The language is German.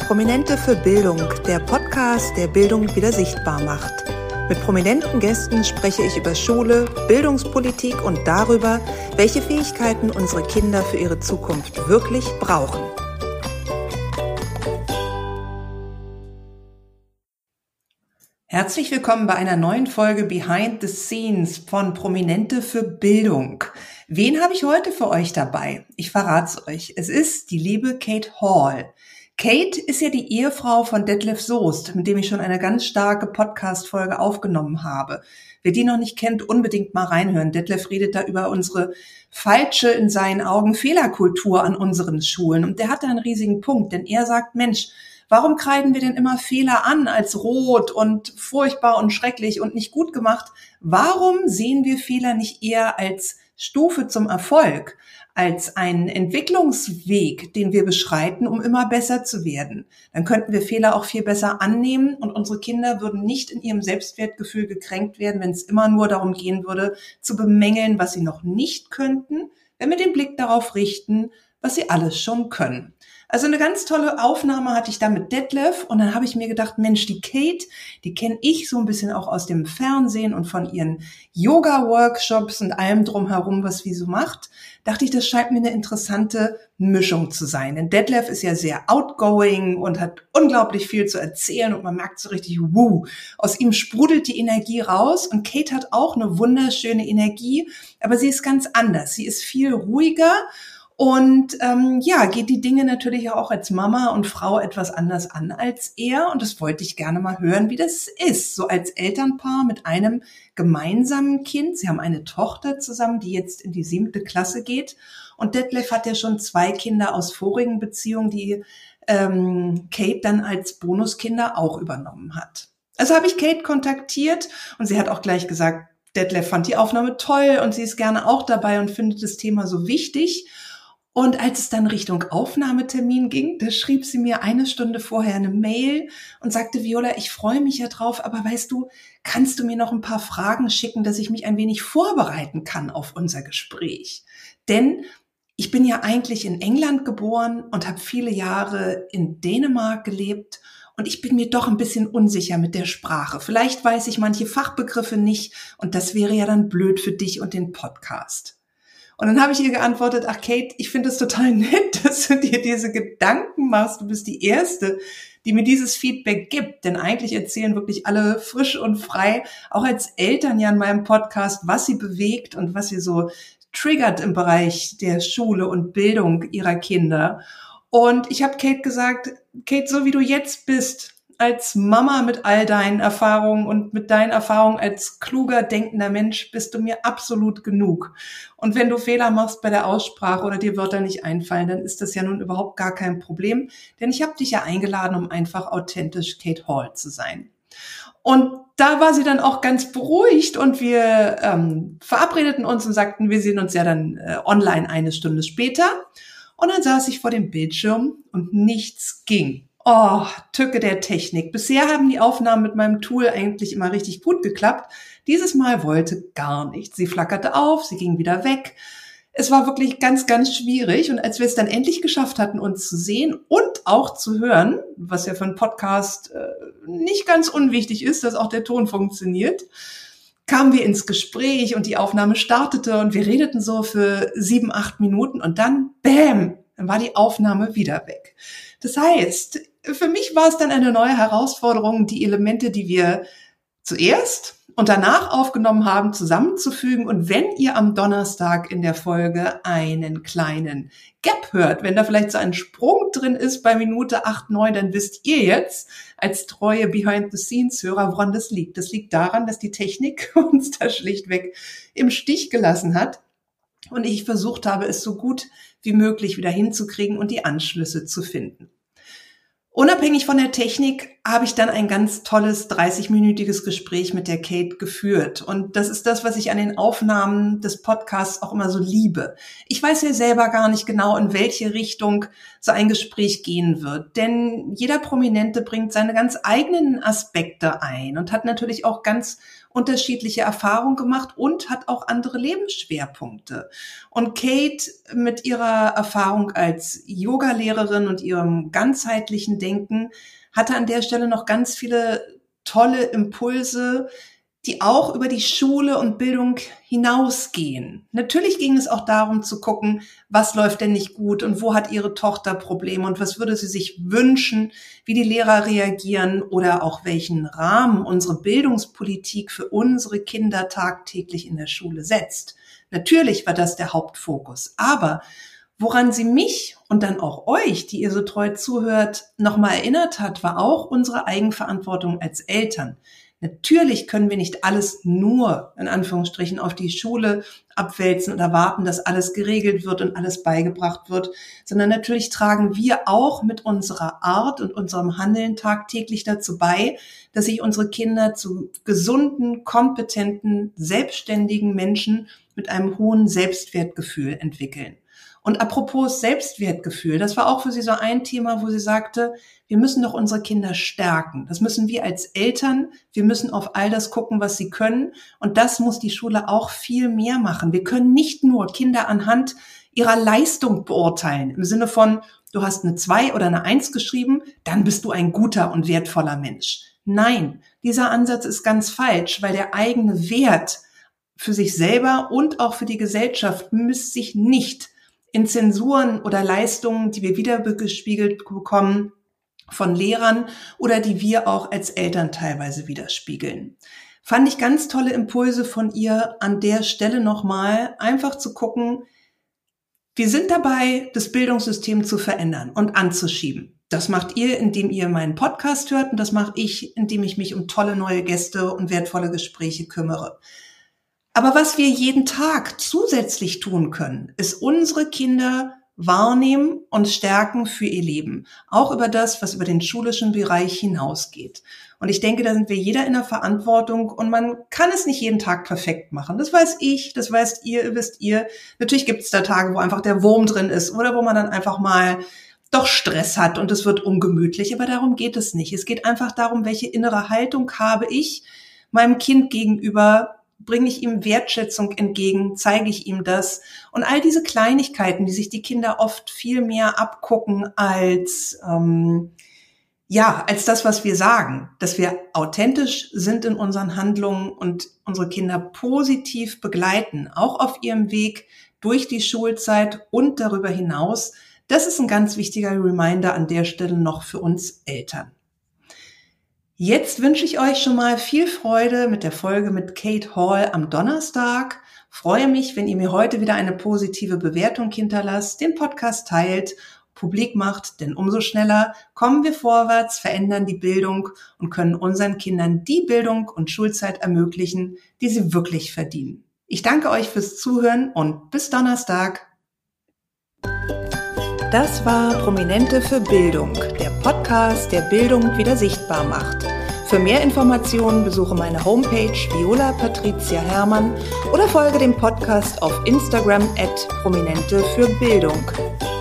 Prominente für Bildung, der Podcast, der Bildung wieder sichtbar macht. Mit prominenten Gästen spreche ich über Schule, Bildungspolitik und darüber, welche Fähigkeiten unsere Kinder für ihre Zukunft wirklich brauchen. Herzlich willkommen bei einer neuen Folge Behind the Scenes von Prominente für Bildung. Wen habe ich heute für euch dabei? Ich verrate es euch. Es ist die liebe Kate Hall. Kate ist ja die Ehefrau von Detlef Soest, mit dem ich schon eine ganz starke Podcast-Folge aufgenommen habe. Wer die noch nicht kennt, unbedingt mal reinhören. Detlef redet da über unsere falsche, in seinen Augen, Fehlerkultur an unseren Schulen. Und der hat da einen riesigen Punkt, denn er sagt, Mensch, warum kreiden wir denn immer Fehler an als rot und furchtbar und schrecklich und nicht gut gemacht? Warum sehen wir Fehler nicht eher als Stufe zum Erfolg, als einen Entwicklungsweg, den wir beschreiten, um immer besser zu werden? Dann könnten wir Fehler auch viel besser annehmen und unsere Kinder würden nicht in ihrem Selbstwertgefühl gekränkt werden, wenn es immer nur darum gehen würde, zu bemängeln, was sie noch nicht könnten, wenn wir den Blick darauf richten, was sie alles schon können. Also eine ganz tolle Aufnahme hatte ich da mit Detlef und dann habe ich mir gedacht, Mensch, die Kate, die kenne ich so ein bisschen auch aus dem Fernsehen und von ihren Yoga-Workshops und allem drumherum, was sie so macht. Dachte ich, das scheint mir eine interessante Mischung zu sein. Denn Detlef ist ja sehr outgoing und hat unglaublich viel zu erzählen und man merkt so richtig, aus ihm sprudelt die Energie raus und Kate hat auch eine wunderschöne Energie, aber sie ist ganz anders. Sie ist viel ruhiger. Und geht die Dinge natürlich auch als Mama und Frau etwas anders an als er. Und das wollte ich gerne mal hören, wie das ist, so als Elternpaar mit einem gemeinsamen Kind. Sie haben eine Tochter zusammen, die jetzt in die 7. Klasse geht. Und Detlef hat ja schon 2 Kinder aus vorigen Beziehungen, die Kate dann als Bonuskinder auch übernommen hat. Also habe ich Kate kontaktiert und sie hat auch gleich gesagt, Detlef fand die Aufnahme toll und sie ist gerne auch dabei und findet das Thema so wichtig. Und als es dann Richtung Aufnahmetermin ging, da schrieb sie mir eine Stunde vorher eine Mail und sagte, Viola, ich freue mich ja drauf, aber weißt du, kannst du mir noch ein paar Fragen schicken, dass ich mich ein wenig vorbereiten kann auf unser Gespräch? Denn ich bin ja eigentlich in England geboren und habe viele Jahre in Dänemark gelebt und ich bin mir doch ein bisschen unsicher mit der Sprache. Vielleicht weiß ich manche Fachbegriffe nicht und das wäre ja dann blöd für dich und den Podcast. Und dann habe ich ihr geantwortet, ach Kate, ich finde es total nett, dass du dir diese Gedanken machst. Du bist die Erste, die mir dieses Feedback gibt. Denn eigentlich erzählen wirklich alle frisch und frei, auch als Eltern ja in meinem Podcast, was sie bewegt und was sie so triggert im Bereich der Schule und Bildung ihrer Kinder. Und ich habe Kate gesagt, Kate, so wie du jetzt bist, als Mama mit all deinen Erfahrungen und mit deinen Erfahrungen als kluger, denkender Mensch bist du mir absolut genug. Und wenn du Fehler machst bei der Aussprache oder dir Wörter nicht einfallen, dann ist das ja nun überhaupt gar kein Problem. Denn ich habe dich ja eingeladen, um einfach authentisch Kate Hall zu sein. Und da war sie dann auch ganz beruhigt und wir verabredeten uns und sagten, wir sehen uns ja dann online eine Stunde später. Und dann saß ich vor dem Bildschirm und nichts ging. Oh, Tücke der Technik. Bisher haben die Aufnahmen mit meinem Tool eigentlich immer richtig gut geklappt. Dieses Mal wollte gar nichts. Sie flackerte auf, sie ging wieder weg. Es war wirklich ganz, ganz schwierig. Und als wir es dann endlich geschafft hatten, uns zu sehen und auch zu hören, was ja für einen Podcast nicht ganz unwichtig ist, dass auch der Ton funktioniert, kamen wir ins Gespräch und die Aufnahme startete und wir redeten so für 7, 8 Minuten und dann, bäm, dann war die Aufnahme wieder weg. Das heißt, für mich war es dann eine neue Herausforderung, die Elemente, die wir zuerst und danach aufgenommen haben, zusammenzufügen. Und wenn ihr am Donnerstag in der Folge einen kleinen Gap hört, wenn da vielleicht so ein Sprung drin ist bei Minute 8, 9, dann wisst ihr jetzt als treue Behind-the-Scenes-Hörer, woran das liegt. Das liegt daran, dass die Technik uns da schlichtweg im Stich gelassen hat. Und ich versucht habe, es so gut wie möglich wieder hinzukriegen und die Anschlüsse zu finden. Unabhängig von der Technik habe ich dann ein ganz tolles 30-minütiges Gespräch mit der Kate geführt. Und das ist das, was ich an den Aufnahmen des Podcasts auch immer so liebe. Ich weiß ja selber gar nicht genau, in welche Richtung so ein Gespräch gehen wird. Denn jeder Prominente bringt seine ganz eigenen Aspekte ein und hat natürlich auch ganz unterschiedliche Erfahrungen gemacht und hat auch andere Lebensschwerpunkte. Und Kate mit ihrer Erfahrung als Yogalehrerin und ihrem ganzheitlichen Denken hatte an der Stelle noch ganz viele tolle Impulse, die auch über die Schule und Bildung hinausgehen. Natürlich ging es auch darum zu gucken, was läuft denn nicht gut und wo hat ihre Tochter Probleme und was würde sie sich wünschen, wie die Lehrer reagieren oder auch welchen Rahmen unsere Bildungspolitik für unsere Kinder tagtäglich in der Schule setzt. Natürlich war das der Hauptfokus, aber woran sie mich und dann auch euch, die ihr so treu zuhört, nochmal erinnert hat, war auch unsere Eigenverantwortung als Eltern. Natürlich können wir nicht alles nur, in Anführungsstrichen, auf die Schule abwälzen und erwarten, dass alles geregelt wird und alles beigebracht wird, sondern natürlich tragen wir auch mit unserer Art und unserem Handeln tagtäglich dazu bei, dass sich unsere Kinder zu gesunden, kompetenten, selbstständigen Menschen mit einem hohen Selbstwertgefühl entwickeln. Und apropos Selbstwertgefühl, das war auch für sie so ein Thema, wo sie sagte, wir müssen doch unsere Kinder stärken. Das müssen wir als Eltern. Wir müssen auf all das gucken, was sie können. Und das muss die Schule auch viel mehr machen. Wir können nicht nur Kinder anhand ihrer Leistung beurteilen. Im Sinne von, du hast eine 2 oder eine 1 geschrieben, dann bist du ein guter und wertvoller Mensch. Nein, dieser Ansatz ist ganz falsch, weil der eigene Wert für sich selber und auch für die Gesellschaft misst sich nicht in Zensuren oder Leistungen, die wir wiedergespiegelt bekommen von Lehrern oder die wir auch als Eltern teilweise widerspiegeln. Fand ich ganz tolle Impulse von ihr an der Stelle nochmal, einfach zu gucken, wir sind dabei, das Bildungssystem zu verändern und anzuschieben. Das macht ihr, indem ihr meinen Podcast hört und das mache ich, indem ich mich um tolle neue Gäste und wertvolle Gespräche kümmere. Aber was wir jeden Tag zusätzlich tun können, ist unsere Kinder wahrnehmen und stärken für ihr Leben. Auch über das, was über den schulischen Bereich hinausgeht. Und ich denke, da sind wir jeder in der Verantwortung und man kann es nicht jeden Tag perfekt machen. Das weiß ich, das weißt ihr, wisst ihr. Natürlich gibt es da Tage, wo einfach der Wurm drin ist oder wo man dann einfach mal doch Stress hat und es wird ungemütlich. Aber darum geht es nicht. Es geht einfach darum, welche innere Haltung habe ich meinem Kind gegenüber. Bringe ich ihm Wertschätzung entgegen, zeige ich ihm das. Und all diese Kleinigkeiten, die sich die Kinder oft viel mehr abgucken als das, was wir sagen. Dass wir authentisch sind in unseren Handlungen und unsere Kinder positiv begleiten, auch auf ihrem Weg durch die Schulzeit und darüber hinaus. Das ist ein ganz wichtiger Reminder an der Stelle noch für uns Eltern. Jetzt wünsche ich euch schon mal viel Freude mit der Folge mit Kate Hall am Donnerstag. Freue mich, wenn ihr mir heute wieder eine positive Bewertung hinterlasst, den Podcast teilt, publik macht, denn umso schneller kommen wir vorwärts, verändern die Bildung und können unseren Kindern die Bildung und Schulzeit ermöglichen, die sie wirklich verdienen. Ich danke euch fürs Zuhören und bis Donnerstag. Das war Prominente für Bildung, der Podcast, der Bildung wieder sichtbar macht. Für mehr Informationen besuche meine Homepage Viola Patricia Herrmann oder folge dem Podcast auf Instagram @Prominente für Bildung.